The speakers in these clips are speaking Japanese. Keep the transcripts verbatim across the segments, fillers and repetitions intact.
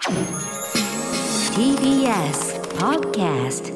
ティービーエス Podcast。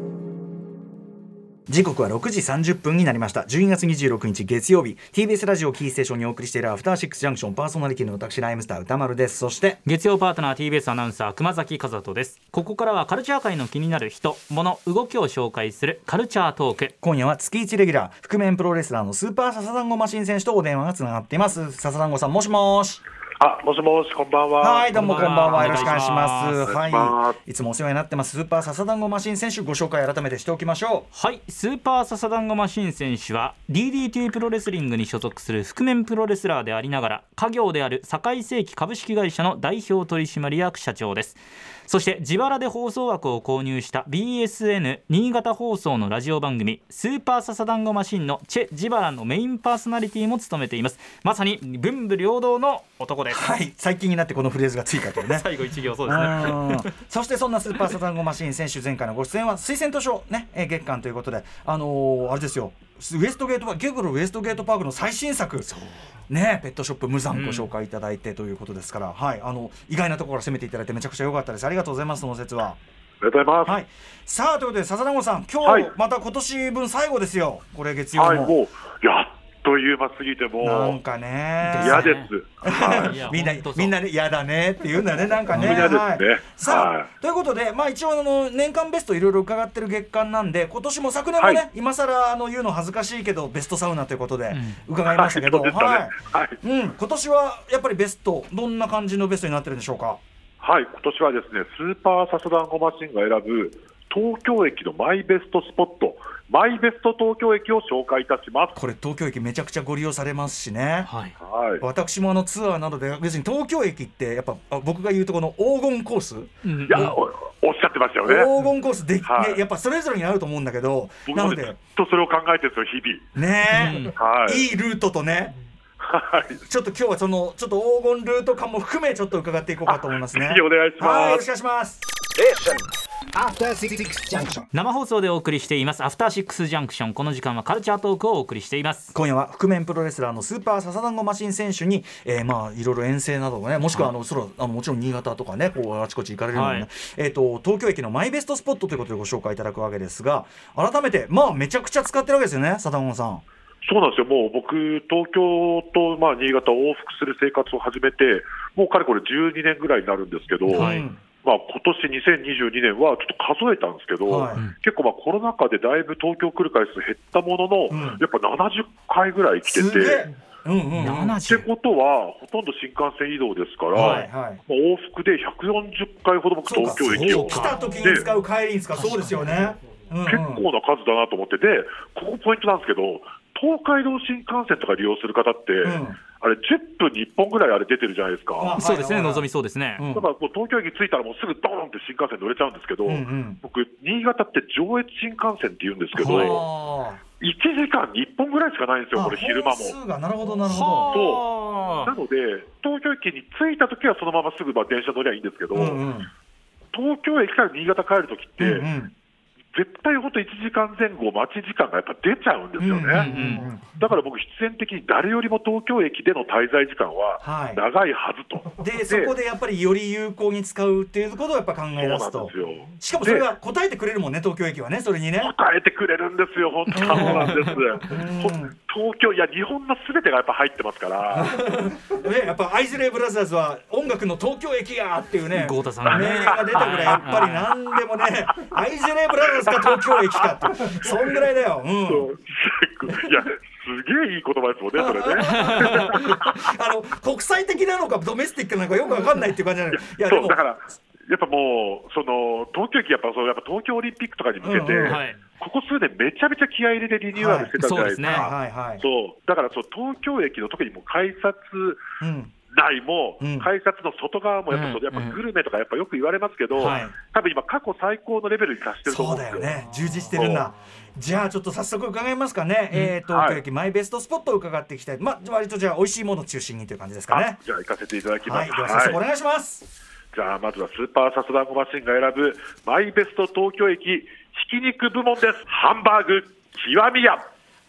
時刻はろくじさんじゅっぷんになりました。じゅうにがつにじゅうろくにち月曜日、 ティービーエス ラジオキーステーションにお送りしているアフターシックスジャンクション、パーソナリティの私ライムスター歌丸です。そして月曜パートナー ティービーエス アナウンサー熊崎和人です。ここからはカルチャー界の気になる人、物、動きを紹介するカルチャートーク。 今夜は月いちレギュラー、覆面プロレスラーのスーパーササダンゴマシン選手とお電話がつながっています。ササダンゴさん、もしもし。 あ、もしもし、こんばんは。 はい、どうもこんばんは。よろしくお願いします。 はい、 はい、いつもお世話になってますスーパーササダンゴマシン選手、ご紹介改めてしておきましょう。 はい、スーパーササダンゴマシン選手は ディーディーティー プロレスリングに所属する覆面プロレスラーでありながら、家業である堺世紀株式会社の代表取締役社長です。そして自腹で放送枠を購入した ビーエスエヌ 新潟放送のラジオ番組スーパーササダンゴマシンのチェ・ジバラのメインパーソナリティも務めています。まさに文武両道の男です。 はい、最近になってこのフレーズがついたというね最後一行、そうですねそしてそんなスーパーササダンゴマシン選手、前回のご出演は推薦図書、ね、え月間ということで、あのー、あれですよ、ウエストゲートパーク、ゲグロウエストゲートパークの最新作ね、ペットショップ無惨ご紹介いただいてということですから、うん、はい、あの意外なところから攻めていただいてめちゃくちゃ良かったです。ありがとうございます。その説はありがとうございます。 はい、さあということでササダンゴさん、今日、はい、また今年分最後ですよ。これ月曜も、 はい、もうやっという間すぎてもうなんかね嫌です、 はい、みんなみんなね嫌だねって言うんだよね、なんかね。 嫌ですね、 はい、さあ、 はい、 ということで、まあ、一応あの年間ベストいろいろ伺ってる月間なんで、今年も昨年もね、はい、今更あの言うの恥ずかしいけどベストサウナということで伺いましたけど、はい、はいはい、うん、今年はやっぱりベストどんな感じのベストになってるんでしょうか。 はい、今年はですね、スーパーササダンゴマシンが選ぶ東京駅のマイベストスポット、マイベスト東京駅を紹介いたします。 これ東京駅めちゃくちゃご利用されますしね、 はい、 私もあのツアーなどで別に東京駅ってやっぱ僕が言うとこの黄金コース、 うん、いや お, おっしゃってましたよね。 黄金コースで、はいね、やっぱそれぞれにあると思うんだけど、 僕もずっとそれを考えてるんですよ、日々 ね、 うん、はい、 いいルートとね、はい、ちょっと今日はそのちょっと黄金ルート感も含めちょっと伺っていこうかと思いますね。 ぜひお願いします。 はい、よろしくお願いします。 アフターシックスジャンクション、 生放送でお送りしていますアフターシックスジャンクション。この時間はカルチャートークをお送りしています。 今夜は覆面プロレスラーのスーパーササダンゴマシン選手に、えー、まあいろいろ遠征などね、もしくはあの、はい、そのあのもちろん新潟とかね、こうあちこち行かれるような、ね、はい、えーと、東京駅のマイベストスポットということでご紹介いただくわけですが、改めてまあめちゃくちゃ使ってるわけですよね、サダンゴさん。 そうなんですよ。もう僕東京とまあ新潟を往復する生活を始めてもうかれこれじゅうにねんぐらいになるんですけど、はい、まあ、今年にせんにじゅうにねんはちょっと数えたんですけど、はい、結構まあコロナ禍でだいぶ東京来る回数減ったものの、うん、やっぱななじゅっかいぐらい来てて、 うんうんうん、 ってことはほとんど新幹線移動ですから、はいはい、まあ、往復でひゃくよんじゅっかいほど僕東京駅を来た時に使う帰りに使う、そうですよね、 うんうん、結構な数だなと思ってて、ここポイントなんですけど、東海道新幹線とか利用する方って、うん、あれじゅっぷんにいっぽんぐらいあれ出てるじゃないですか。 そうですね、のぞみそうですね、 うん、だからもう東京駅着いたらもうすぐドーンって新幹線乗れちゃうんですけど、うんうん、僕新潟って上越新幹線って言うんですけど、いちじかんにいっぽんぐらいしかないんですよ、これ昼間も。 本数がなるほどなるほど。そうなので東京駅に着いた時はそのまますぐまあ電車乗りゃいいんですけど、うんうん、東京駅から新潟帰る時って、うんうん、絶対本当いちじかんぜん後待ち時間がやっぱ出ちゃうんですよね、うんうんうん、だから僕必然的に誰よりも東京駅での滞在時間は長いはずと、 はい、でそこでやっぱりより有効に使うっていうことをやっぱ考え出すと。そうなんですよ。しかもそれが答えてくれるもんね、東京駅はね、それにね答えてくれるんですよ、本当そうなんです東京、いや日本のすべてがやっぱ入ってますからね、やっぱアイズレイブラザーズは音楽の東京駅やっていうね、 豪太さんがねが出たぐらいやっぱり何でもねアイズレイブラザーズか東京駅かってそんぐらいだよ、うん、そういやすげえいい言葉ですもんね、それねあの国際的なのかドメスティックなのかよく分かんないっていう感じなの。いやそうだからやっぱもうその東京駅やっぱそうやっぱ東京オリンピックとかに向けて、うんうん、はい、ここ数年めちゃめちゃ気合い入れてリニューアルしてたじゃないですか、はい、そうですね、はいはい、そうだからそう東京駅の特にもう改札、うん、内も、うん、改札の外側もやっぱ、うん、やっぱグルメとかやっぱよく言われますけど、うん、多分今過去最高のレベルに達してると思うんですよ。 そうだよね、充実してるんだ。じゃあちょっと早速伺いますかね、うん、えー、東京駅、はい、マイベストスポットを伺っていきたい、まあ、割とじゃあ美味しいものを中心にという感じですかね。 じゃあ行かせていただきます、 はい、では早速お願いします、 はい、じゃあまずはスーパーササダンゴマシンが選ぶマイベスト東京駅ひき肉部門です。ハンバーグ極み屋。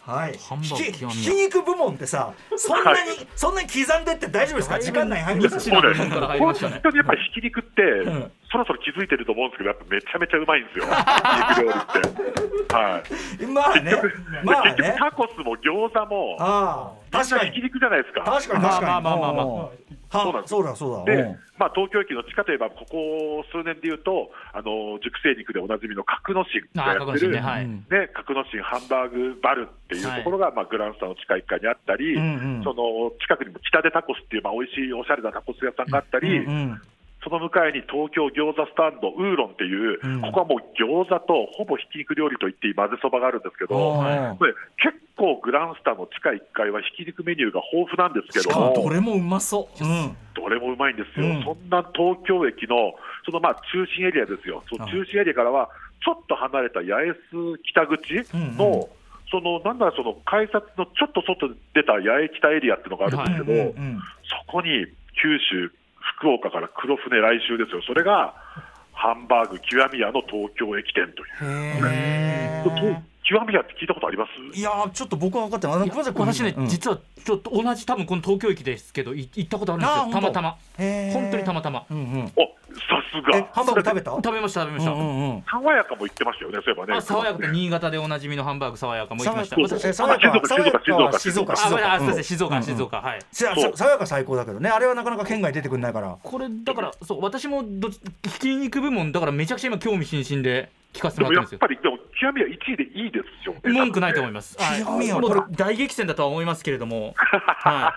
はい、 ハンバーグ極みひき肉部門ってさそんなに、はい、そんなに刻んでって大丈夫ですか？時間内に入るんですよ。 そうです。本当にやっぱりひき肉って、うん、そろそろ気づいてると思うんですけどやっぱめちゃめちゃうまいんですよひき肉料理ってはいまあねまあね結局タコスも餃子もあ確かにひき肉じゃないですか。 確かに確かにまあまあまあまあ、まあそうだそうだそうだで、まあ、東京駅の地下といえばここ数年でいうとあの熟成肉でおなじみの格之進がやってるね、はい、ね格之進ハンバーグバルっていうところが、はいまあ、グランスタの地下いっかいにあったり、うんうん、その近くにも北出タコスっていう、まあ、美味しいおしゃれなタコス屋さんがあったり、うんうんその向かいに東京餃子スタンドウーロンっていう、うん、ここはもう餃子とほぼひき肉料理といっていい混ぜそばがあるんですけどこれ結構グランスタの地下いっかいはひき肉メニューが豊富なんですけどもどれもうまそう、うん、 どれもうまいんですよ、うん、そんな東京駅のそのまあ中心エリアですよ。その中心エリアからはちょっと離れた八重洲北口の、うんうんそのなんだろうその改札のちょっと外に出た八重北エリアっていうのがあるんですけど、はいうんうん、そこに九州福岡から黒船来週ですよ。それがハンバーグ極み屋の東京駅店というへー極み屋って聞いたことあります？ いやちょっと僕は分かってない。 私ね、うん、実はちょっと同じ多分この東京駅ですけど行ったことあるんですよ。たまたま本当にたまたま、うんうん、 おさすがハンバーグ食べた？ 食べました食べました、うんうんうん、 爽やかも行ってましたよね。そういえばねあ爽やかって新潟でおなじみのハンバーグ爽やかも行きました。 爽やか静岡静岡静岡静岡あそうです静岡静岡はい爽やか最高だけどねあれはなかなか県外出てくんないからこれだからそう私もどひき肉部門だからめちゃくちゃ今興味津々で聞かせてもらってるんですよ。 でもやっぱりでも極みはいちいでいいですよ、ね、 文句ないと思います。極みはこれ大激戦だとは思いますけれども、はい、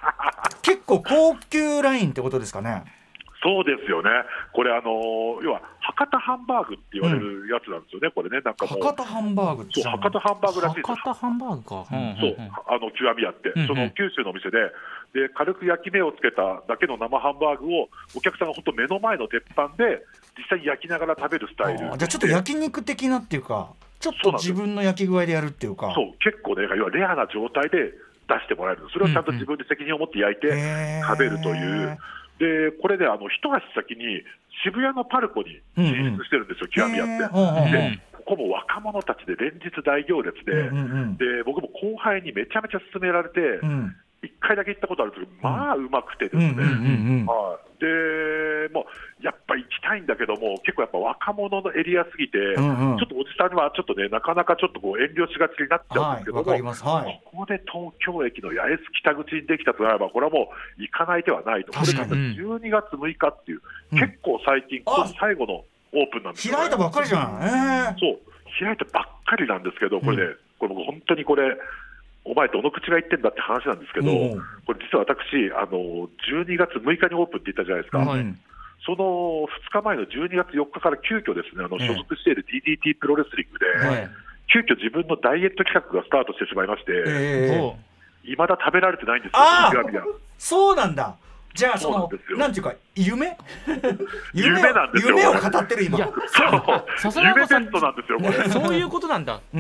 結構高級ラインってことですかね。 そうですよね。これあの要は博多ハンバーグって言われるやつなんですよね、うん、これねなんかもう博多ハンバーグってそう博多ハンバーグらしいです。 博多ハンバーグか、うん、 そうあの極み屋って、うんうん、その九州のお店でで軽く焼き目をつけただけの生ハンバーグをお客さんが本当目の前の鉄板で実際に焼きながら食べるスタイル。 あじゃあちょっと焼肉的なっていうかちょっと自分の焼き具合でやるっていうかそう結構ね要はレアな状態で出してもらえる。それをちゃんと自分で責任を持って焼いて食べるという、うんうんでこれであの一足先に渋谷のパルコに進出してるんですよ、うんうん、極み屋って、えー、でここも若者たちで連日大行列で、うんうんうん、で僕も後輩にめちゃめちゃ勧められて、うん、いっかいだけ行ったことあるんですけど、まあうまくてですね、うんうんうんうんはい、でもうやっぱ行きたいんだけども結構やっぱ若者のエリアすぎて、うんうん、ちょっとおじさんにはちょっとねなかなかちょっとこう遠慮しがちになっちゃうんですけども、はいはい、ここで東京駅の八重洲北口にできたとなればこれはもう行かない手はないと。これがじゅうにがつむいかっていう、うん、結構最近今年最後のオープンなんですよ、ね、 開いたばっかりじゃん、えー、 そう開いたばっかりなんですけどこれね、うん、これ僕本当にこれお前どの口が言ってんだって話なんですけど、うん、これ実は私あのじゅうにがつむいかにオープンって言ったじゃないですか、はい、そのふつかまえのじゅうにがつよっかから急遽ですねあの所属している ディーディーティー プロレスリングで、はい、急遽自分のダイエット企画がスタートしてしまいまして、えー、未だ食べられてないんですよ。 あそうなんだ。じゃあそのなんていうか夢夢なんですよ。 夢を語ってる今。いやそう夢テストなんですよこれそういうことなんだ、うん、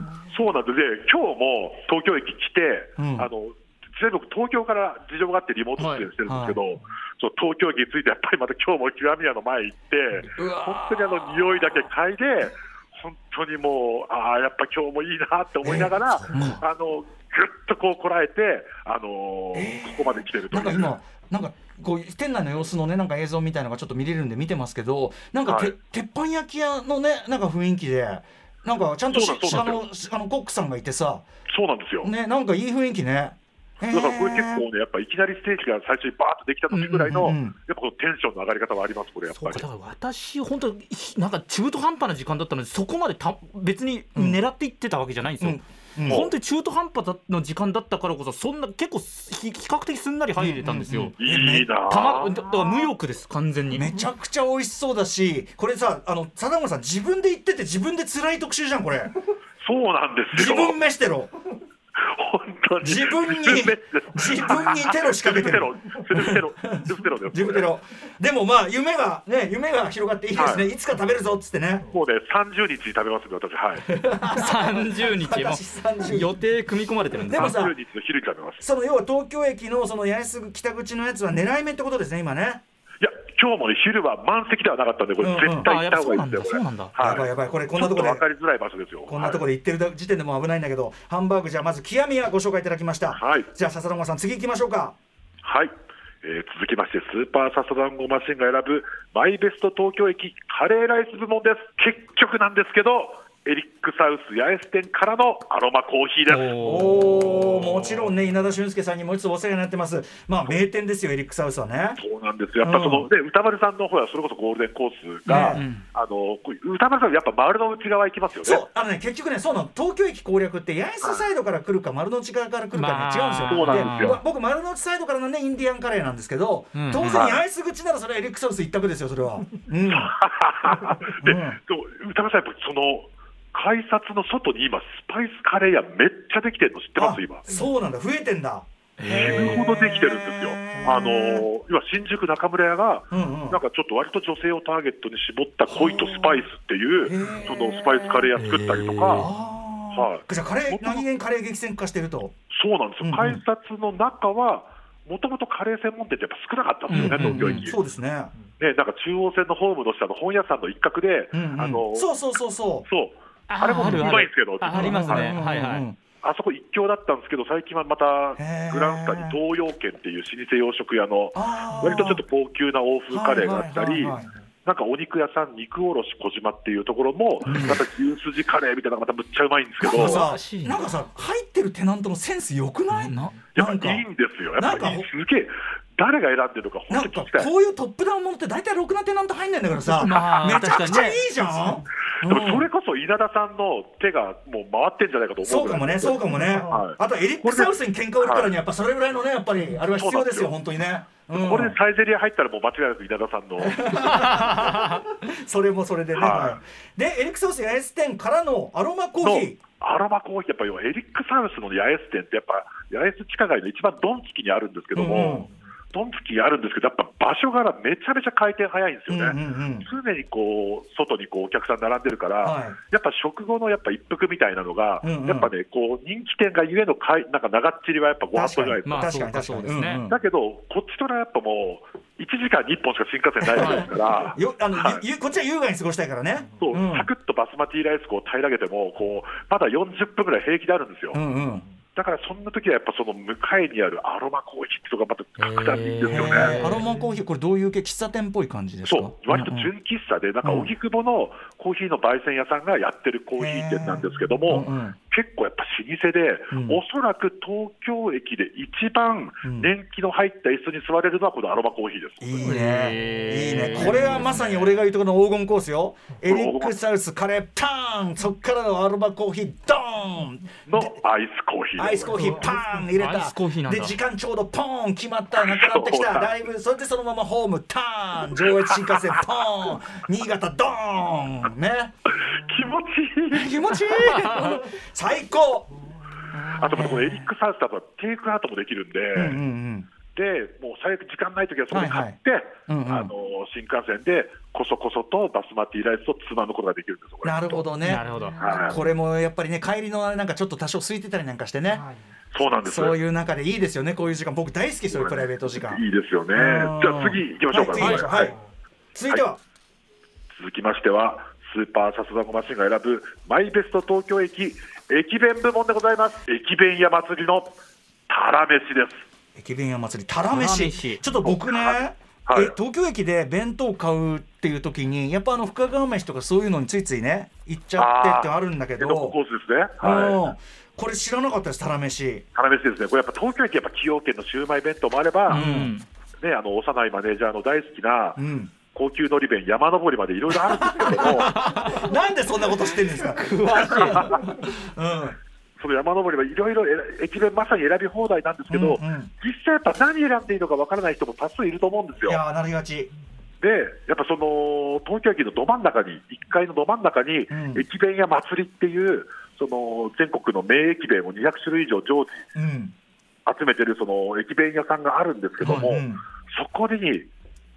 そうなんで、で今日も東京駅来て、うん、あの実際僕東京から事情があってリモート出演してるんですけど、はいはい、そう東京駅についてやっぱりまた今日も極み屋の前行って本当にあの匂いだけ嗅いで本当にもうああやっぱ今日もいいなって思いながら、えー、あのぐっとこうこらえて、あのーえー、ここまで来てるという。 なんか今なんかこう店内の様子のねなんか映像みたいなのがちょっと見れるんで見てますけどなんか、はい、鉄板焼き屋のねなんか雰囲気でなんかちゃんとしあのあのコックさんがいてさそうなんですよねなんかいい雰囲気ね。 だからこれ結構ねやっぱいきなりステージが最初にバーッとできた時ぐらいの、うんうんうん、やっぱこのテンションの上がり方はありますこれやっぱり。 そうだから私本当なんか中途半端な時間だったのでそこまでた別に狙っていってたわけじゃないんですよ、うんうん、本当に中途半端の時間だったからこそそんな結構比較的すんなり入れたんですよ、うんうんうん、いいなた、ま、だから無欲です完全に。 めちゃくちゃ美味しそうだしこれさあの貞村さん自分で言ってて自分で辛い特集じゃんこれ。 そうなんですよ。 自分飯テロ本当に自分に自分にテロ仕掛けてるセルフテロセルフテロ自分テロでもまあ夢がね夢が広がっていいですね、はい、いつか食べるぞっつってね。 もうねさんじゅうにち食べますんで私はいさんじゅうにちも予定組み込まれてるんです。 でもささんじゅうにちの昼に食べます。 その要は東京駅のその八重洲北口のやつは狙い目ってことですね今ね。 や今日も、ね、昼は満席ではなかったんで、これ絶対行った方がいいですよ、これ。 やばいやばい、これこんなところで分かりづらい場所ですよ。 こんなところで行ってる時点でもう危ないんだけど、ハンバーグ、じゃあまず極みやご紹介いただきました。 はい、 じゃあ笹団子さん、次行きましょうか。 はい、えー、続きましてスーパー笹団子マシンが選ぶマイベスト東京駅カレーライス部門です。結局なんですけど、エリックサウス八重洲店からのアロマコーヒーです。 おお、もちろんね、稲田俊介さんにもいつもお世話になってます。まあ名店ですよ、エリックサウスはね。 そうなんですよ。やっぱその、うん、ね、歌丸さんの方はそれこそゴールデンコースが、ね、あの歌丸さんはやっぱ丸の内側行きますよね。 そうあのね、結局ね、そうなの、東京駅攻略って八重洲サイドから来るか丸の内側から来るか、ね、まあ、違うんですよ。 そうなんですよ。 僕丸の内サイドからのねインディアンカレーなんですけど、うん、当然八重洲口ならそれはエリックサウス一択ですよ、それは。うん、で、 うん、歌丸さんやっぱその改札の外に今スパイスカレー屋めっちゃできてるの知ってます？今。 そうなんだ、増えてんだ。 死ぬほどできてるんですよ。あの今新宿中村屋が、うんうん、なんかちょっと割と女性をターゲットに絞った恋とスパイスっていうそのスパイスカレー屋作ったりとか、 はい、じゃあカレー何気にカレー激戦化してると。 そうなんですよ、うんうん、改札の中はもともとカレー専門店ってやっぱ少なかったんですよね、うんうんうん、東京駅。 そうですね。 ね、なんか中央線のホームの下の本屋さんの一角で、うんうん、あのそうそうそうそうそうあれもうまいんですけど、 ありますね、はいはい、 あそこ一強だったんですけど、最近はまたグランスタに東洋軒っていう老舗洋食屋の割とちょっと高級な欧風カレーがあったり、なんかお肉屋さん肉卸小島っていうところもまた牛すじカレーみたいなのがまたむっちゃうまいんですけど、 なんかさ、なんかさ入ってるテナントのセンス良くない？なやっぱいいんですよ。やっぱりすげえ誰が選んでるのか本当に聞きたい。 こういうトップダウンものって大体ろくなテナント入んないんだからさ、まあ、めちゃくちゃいいじゃん。 でもそれこそ稲田さんの手がもう回ってんじゃないかと思う。 そうかもね、そうかもね、はい、あとエリックサウスに喧嘩を売るからにやっぱそれぐらいのね、やっぱりあれは必要ですよ、本当にね。うん、 これでサイゼリア入ったらもう間違いなく稲田さんのそれもそれでね、はい、でエリックサウス八重洲店からのアロマコーヒー、 アロマコーヒー、やっぱりエリックサウスの八重洲店ってやっぱ八重洲地下街の一番ドンつきにあるんですけども、うんうん、ドンつきにあるんですけど、やっぱ場所柄めちゃめちゃ回転早いんですよね、うんうんうん、常にこう外にこうお客さん並んでるから、はい、やっぱ食後のやっぱ一服みたいなのが、うんうん、やっぱねこう人気店がゆえのかいなんか長っちりはやっぱご法度じゃないですか。 確かに確かにですね、うんうん、 だけどこっちとらやっぱもういちじかんにいっぽんしか新幹線ないですからよあの、はい、こっちは優雅に過ごしたいからね。 そう、うん、サクッとバスマティライスこう平らげてもこうまだよんじゅっぷんぐらい平気であるんですよ、うんうん、だからそんな時はやっぱその向かいにあるアロマコーヒーってとこがまた格段にいいんですよね。 アロマコーヒー、これどういう系、喫茶店っぽい感じですか？ そう、割と純喫茶で、なんか荻窪のコーヒーの焙煎屋さんがやってるコーヒー店なんですけども、うんうん、結構やっぱ老舗で、うん、おそらく東京駅で一番年季の入った椅子に座れるのはこのアロマコーヒーです。 いいね、いいね。これはまさに俺が言うところの黄金コースよ。エリックサウスカレーパーン、そっからのアロマコーヒードーンのアイスコーヒー、 アイスコーヒーパーン入れた。で時間ちょうどポーン決まった、なくなってきただいぶ、それでそのままホームターン、上越新幹線ポーン、新潟ドーンね。 気持ちいい気持ちいい最高。 あとこのエリックサウスだとテイクアウトもできるんで、うんうんうん、でもう最悪時間ないときはそこで買って、はいはいうんうん、あの新幹線でこそこそとバスマティライスとつまむことができるんですよ。 なるほどね、なるほど、はい、これもやっぱりね帰りのなんかちょっと多少空いてたりなんかしてね、はい、 そうなんです。 そういう中でいいですよね、こういう時間。僕大好き、そういうプライベート時間。 いいですよね。じゃあ次行きましょうか。はい、 次はい、続いては、はい、 続きましてはスーパー笹団子マシンが選ぶマイベスト東京駅駅弁部門でございます。駅弁屋祭りのたら飯です。 駅弁屋祭りたら飯、ちょっと僕ね、はい、え東京駅で弁当買うっていう時にやっぱあの深川飯とかそういうのについついね行っちゃってってあるんだけど、 コースですね、はい、 これ知らなかったです。たら飯たら飯ですね。これやっぱ東京駅やっぱ崎陽軒のシウマイ弁当もあれば、うんね、あの幼いマネージャーの大好きな、うん高級のり弁山登りまでいろいろあるんですけどもなんでそんなことしてるんですか詳しい、 うん、その山登りはいろいろ駅弁まさに選び放題なんですけど、うんうん、実際やっぱ何選んでいいのかわからない人も多数いると思うんですよ。 いやなりがちでやっぱその東京駅のど真ん中にいっかいのど真ん中に、うん、駅弁屋祭りっていうその全国の名駅弁をにひゃくしゅるい以上常時、うん、集めてるその駅弁屋さんがあるんですけども、うんうん、そこに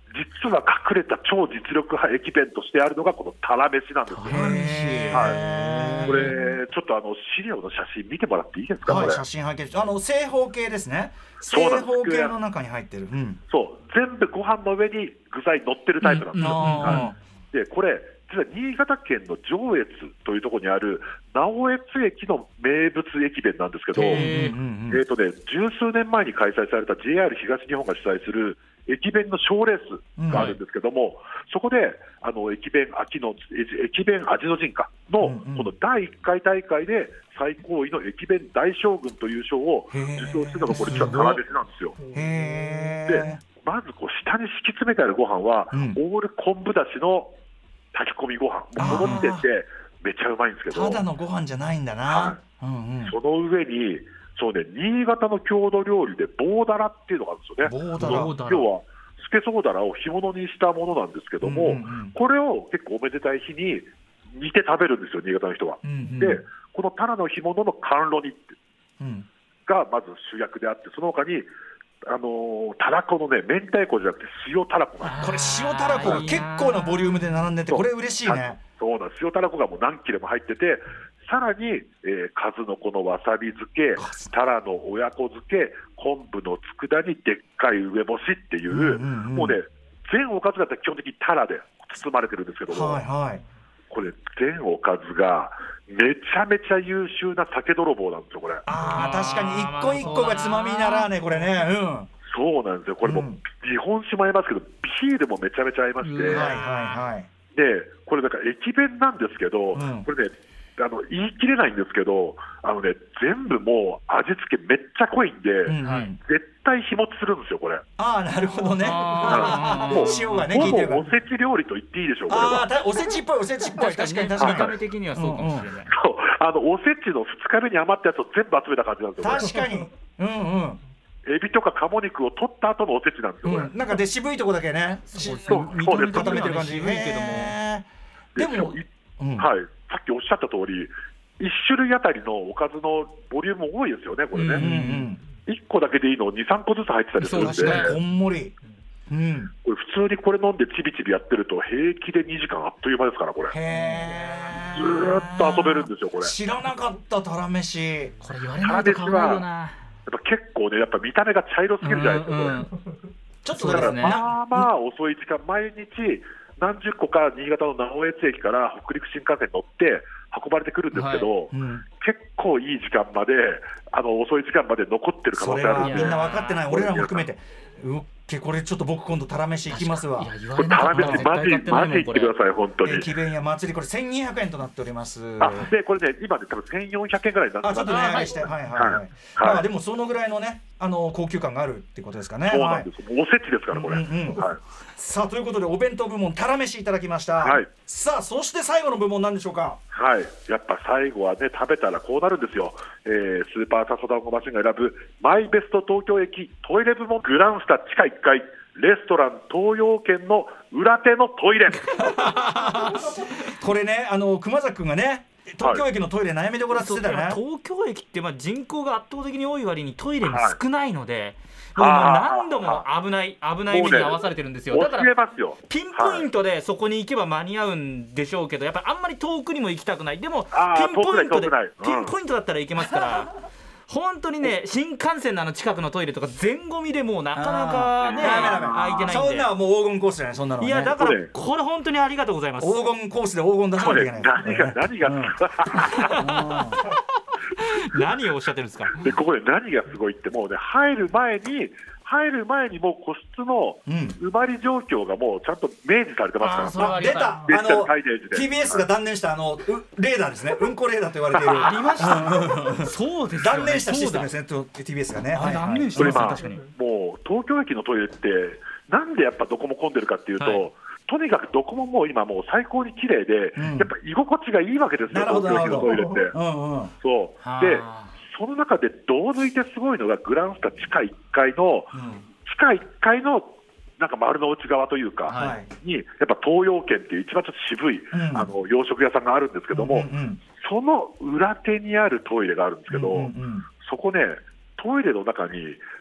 実は隠れた超実力派駅弁としてあるのがこのたら飯なんですよ。はい、これちょっとあの資料の写真見てもらっていいですか。 はい、 これ写真拝見して、あの正方形ですね。正方形の中に入ってる、うん、 そう全部ご飯の上に具材乗ってるタイプなんですよ、うんはい、でこれ実は新潟県の上越というところにある直江津駅の名物駅弁なんですけど、えーとね、十数年前に開催された ジェイアール 東日本が主催する駅弁の賞レースがあるんですけども、うんはい、そこであの駅弁秋の駅弁味の陣かのこのだいいっかい大会で最高位の駅弁大将軍という賞を受賞しているのがこれ実はたら飯なんですよ。 へでまずこう下に敷き詰めてあるご飯は、うん、オール昆布だしの炊き込みご飯、もうこの時点でめっちゃうまいんですけど、 ただのご飯じゃないんだな、はいうんうん、 その上にそう、ね、新潟の郷土料理で棒だらっていうのがあるんですよね。棒だら要はスケソウダラを干物にしたものなんですけども、うんうんうん、これを結構おめでたい日に煮て食べるんですよ、新潟の人は、うんうん、でこのタラの干物の甘露煮がまず主役であって、その他にあのー、たらこのね明太子じゃなくて塩たらこが、 これ塩たらこが結構なボリュームで並んでて、これ嬉しいね。 そうなん塩たらこがもう何切れも入ってて、さらに、えー、数の子のわさび漬け、たらの親子漬け、昆布の佃煮、でっかい梅干しっていう、うんうんうん、もうね全おかずが基本的にたらで包まれてるんですけども、はいはい、これ全おかずがめちゃめちゃ優秀な酒泥棒なんですよこれ。 あ確かに一個一個がつまみにならねこれね、うん、 そうなんですよ。これも、うん、日本酒も合いますけどビールもめちゃめちゃ合いまして、はいはいはい、でこれなんか駅弁なんですけど、うん、これねあの言い切れないんですけど、あのね全部もう味付けめっちゃ濃いんで、うんはい、絶対日持ちするんですよこれ。 ああなるほどね。 もう塩がね効いてるから、ほぼおせち料理と言っていいでしょうこれは。 あおせちっぽいおせちっぽい確かに確かに見た目的にはそうかもしれない。 そうあのおせちのふつかめに余ったやつを全部集めた感じなんですよ。 確かにうんうんエビとか鴨肉を取った後のおせちなんですよ、うん、 なんかで渋いとこだけねそうそう見た目固めてる感じ。 渋いけどもでも、うん、はいさっきおっしゃった通りいち種類あたりのおかずのボリューム多いですよねこれね、うんうんうん、いっこだけでいいのを にさんこずつ入ってたりするんで、 そう確かにこんもり、うん、 これ普通にこれ飲んでちびちびやってると平気でにじかんあっという間ですからこれ。 へずーっと遊べるんですよこれ。 知らなかったたら飯。 これ言われないと変わるよな。 やっぱ結構ねやっぱ見た目が茶色すぎるじゃないですか、うんうん、 ちょっとだから、ね、 まあまあ遅い時間毎日何十個か新潟の直江津駅から北陸新幹線に乗って運ばれてくるんですけど、はいうん、結構いい時間まであの遅い時間まで残ってる可能性あるんで。 それはみんな分かってない俺らも含めてうっけこれちょっと僕今度たら飯行きますわ。 これたら飯マジマジ行ってください本当に。 駅弁や祭りこれせんにひゃくえんとなっております。 あでこれね今で多分せんよんひゃくえんぐらいになってます。 あちょっと値上がりしてはいはいはい、はいまあ、でもそのぐらいのねあの高級感があるってことですかね。 そうなんです、はい、おせちですからこれ、うんうんはい、 さあということでお弁当部門たら飯いただきました、はい、さあそして最後の部門なんでしょうか。 はいやっぱ最後はね食べたらこうなるんですよ、えー、スーパーササダンゴマシンが選ぶマイベスト東京駅トイレ部門グランスタ地下いっかいレストラン東洋軒の裏手のトイレこれねあの熊崎君がね東京駅のトイレ悩みどころって言ってたね、はい、 東京駅ってまあ人口が圧倒的に多い割にトイレも少ないので、はい、もう何度も危ない危ない目に遭わされてるんですよ。だからピンポイントでそこに行けば間に合うんでしょうけどやっぱりあんまり遠くにも行きたくない。でもピンポイントで、うん、ピンポイントだったら行けますから本当にね新幹線のあの近くのトイレとか全ゴミでもうなかなかね空いてないんで。 そんなもう黄金コースじゃないそんなの、ね、 いやだからこれ本当にありがとうございます。 黄金コースで黄金出さなきゃいけない。 何が何が、 うん、何をおっしゃってるんですか。 でここで何がすごいってもうね入る前に入る前にもう個室の埋まり状況がもうちゃんと明示されてますから、 うん、出たあの ティービーエス が断念したあのレーダーですねうんこレーダーと言われているありましたそうですよね。 断念したシステムですね ティービーエス がね、 はいはい、断念してますね。確かにもう東京駅のトイレってなんでやっぱどこも混んでるかっていうと、はい、とにかくどこももう今もう最高に綺麗で、うん、やっぱ居心地がいいわけですよ東京駅のトイレって、うんうん、そうでその中で胴抜いてすごいのがグランスタ地下いっかいの、うん、地下いっかいのなんか丸の内側というか、はい、にやっぱ東洋軒っていう一番ちょっと渋い、うん、あの洋食屋さんがあるんですけども、うんうんうん、その裏手にあるトイレがあるんですけど、うんうんうん、そこねトイレの中に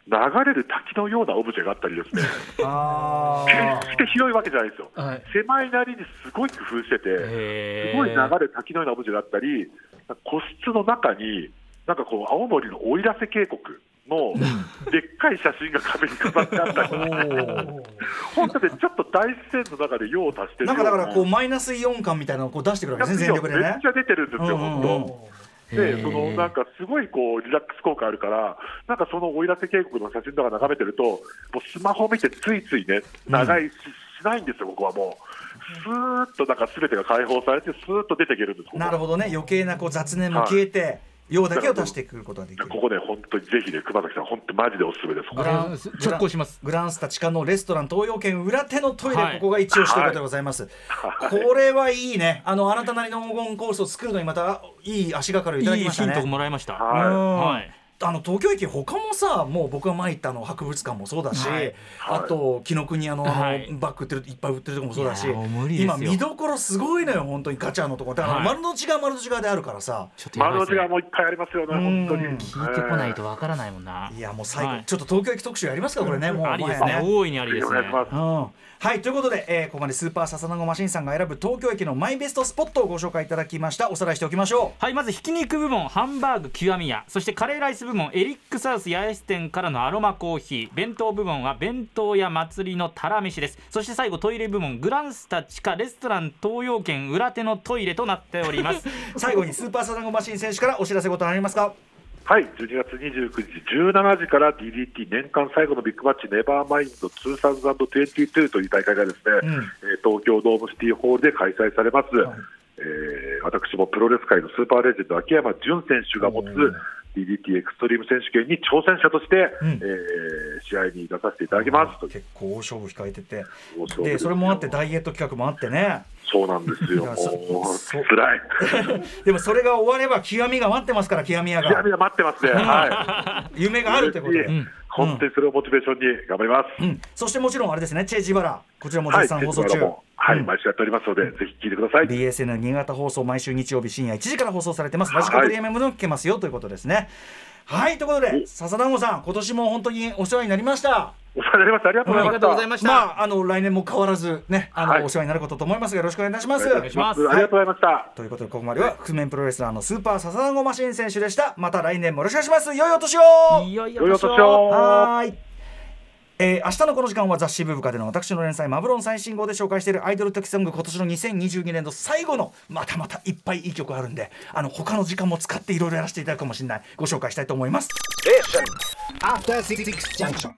流れる滝のようなオブジェがあったりですねあ決して広いわけじゃないですよ、 はい、 狭いなりにすごい工夫してて、すごい流れる滝のようなオブジェがあったり、個室の中になんかこう青森の奥入瀬渓谷のでっかい写真が壁に飾ってあったり本当にちょっと大自然の中で用を足してるような、 なんかだからこうマイナスイオン感みたいなのをこう出してくるわけですね、全力でね。 めっちゃ出てるんですよ、 うんうんうん、 本当で、そのなんかすごいこうリラックス効果あるから、なんかその奥入瀬渓谷の写真とか眺めてると、もうスマホを見てついついね、長いし、しないんですよ、ここはもう。スーッとなんか全てが解放されて、スーッと出ていけるんです。ここなるほどね、余計なこう雑念も消えて、はい、用だけを出してくることができる。 ここね、本当にぜひね、熊崎さん、本当マジでおすすめです。 グラン直行します。 グランスタ地下のレストラン東洋軒裏手のトイレ、はい、ここが一押しということでございます、はい、これはいいね。あのあなたなりの黄金コースを作るのにまたいい足がかりをいただきましたね。 いいヒントもらいました。 はい、 はい、 あの東京駅他もさ、もう僕が前行ったあの博物館もそうだし、はい、あと紀ノ国屋の、はい、バッグ売ってるいっぱい売ってるとこもそうだし、今見どころすごいのよ本当にガチャのところだから、はい、丸の内側丸の内側であるからさ、 ちょっと丸の内側もいっぱいありますよね本当に。 聞いてこないとわからないもんな。 いやもう最後、はい、ちょっと東京駅特集やりますかこれね、もうありですね、大いにありですね。 うんはい、ということで、えー、ここまでスーパーササナゴマシンさんが選ぶ東京駅のマイベストスポットをご紹介いただきました。おさらいしておきましょう。 はい、まずひき肉部門ハンバーグ極み屋、そしてカレーライス部門エリックサウス八重洲店からのアロマコーヒー、弁当部門は弁当屋祭りのたら飯です。そして最後トイレ部門グランスタ地下レストラン東洋軒裏手のトイレとなっております最後にスーパーササナゴマシン選手からお知らせ事ありますか。 はい、じゅうにがつにじゅうくにちじゅうしちじから ディーディーティー 年間最後のビッグマッチネバーマインドにせんにじゅうにという大会がですね、うん、えー、東京ドームシティホールで開催されます、はい、えー、私もプロレス界のスーパーレジェンド秋山純選手が持つ ディーディーティー エクストリーム選手権に挑戦者として、うん、えー、試合に出させていただきます。 結構大勝負控えてて、でそれもあってダイエット企画もあってね。 そうなんですよ。つらいでもそれが終われば極みが待ってますから、極み屋が極みが待ってますね、はい、 夢があるということで、うん、 本当にそれをモチベーションに頑張ります、 うん、そしてもちろんあれですね、チェ・ジバラ、こちらも絶賛放送中、 はい、はい、うん、毎週やっておりますので、ぜひ聞いてください。 ビーエスエヌ 新潟放送、毎週日曜日深夜いちじから放送されてます。ラジコプレミアムでも聞けますよということですね。はい、ということで笹団子さん、今年も本当にお世話になりました。 お世話になりました。ありがとうございました。 まあ、あの来年も変わらずね、あの、はい、お世話になることと思いますが、よろしくお願いいたします。 お願いします。 はい、 ありがとうございました。 ということで、ここまでは覆面プロレスラーのスーパー笹団子マシン選手でした。また来年もよろしくお願いします。良いお年を。 良いお年を。 はい。えー、明日のこの時間は雑誌ブブカでの私の連載マブロン最新号で紹介しているアイドル的ソング、今年のにせんにじゅうにねん度最後のまたまたいっぱいいい曲あるんで、あの他の時間も使っていろいろやらせていただくかもしれない、ご紹介したいと思います。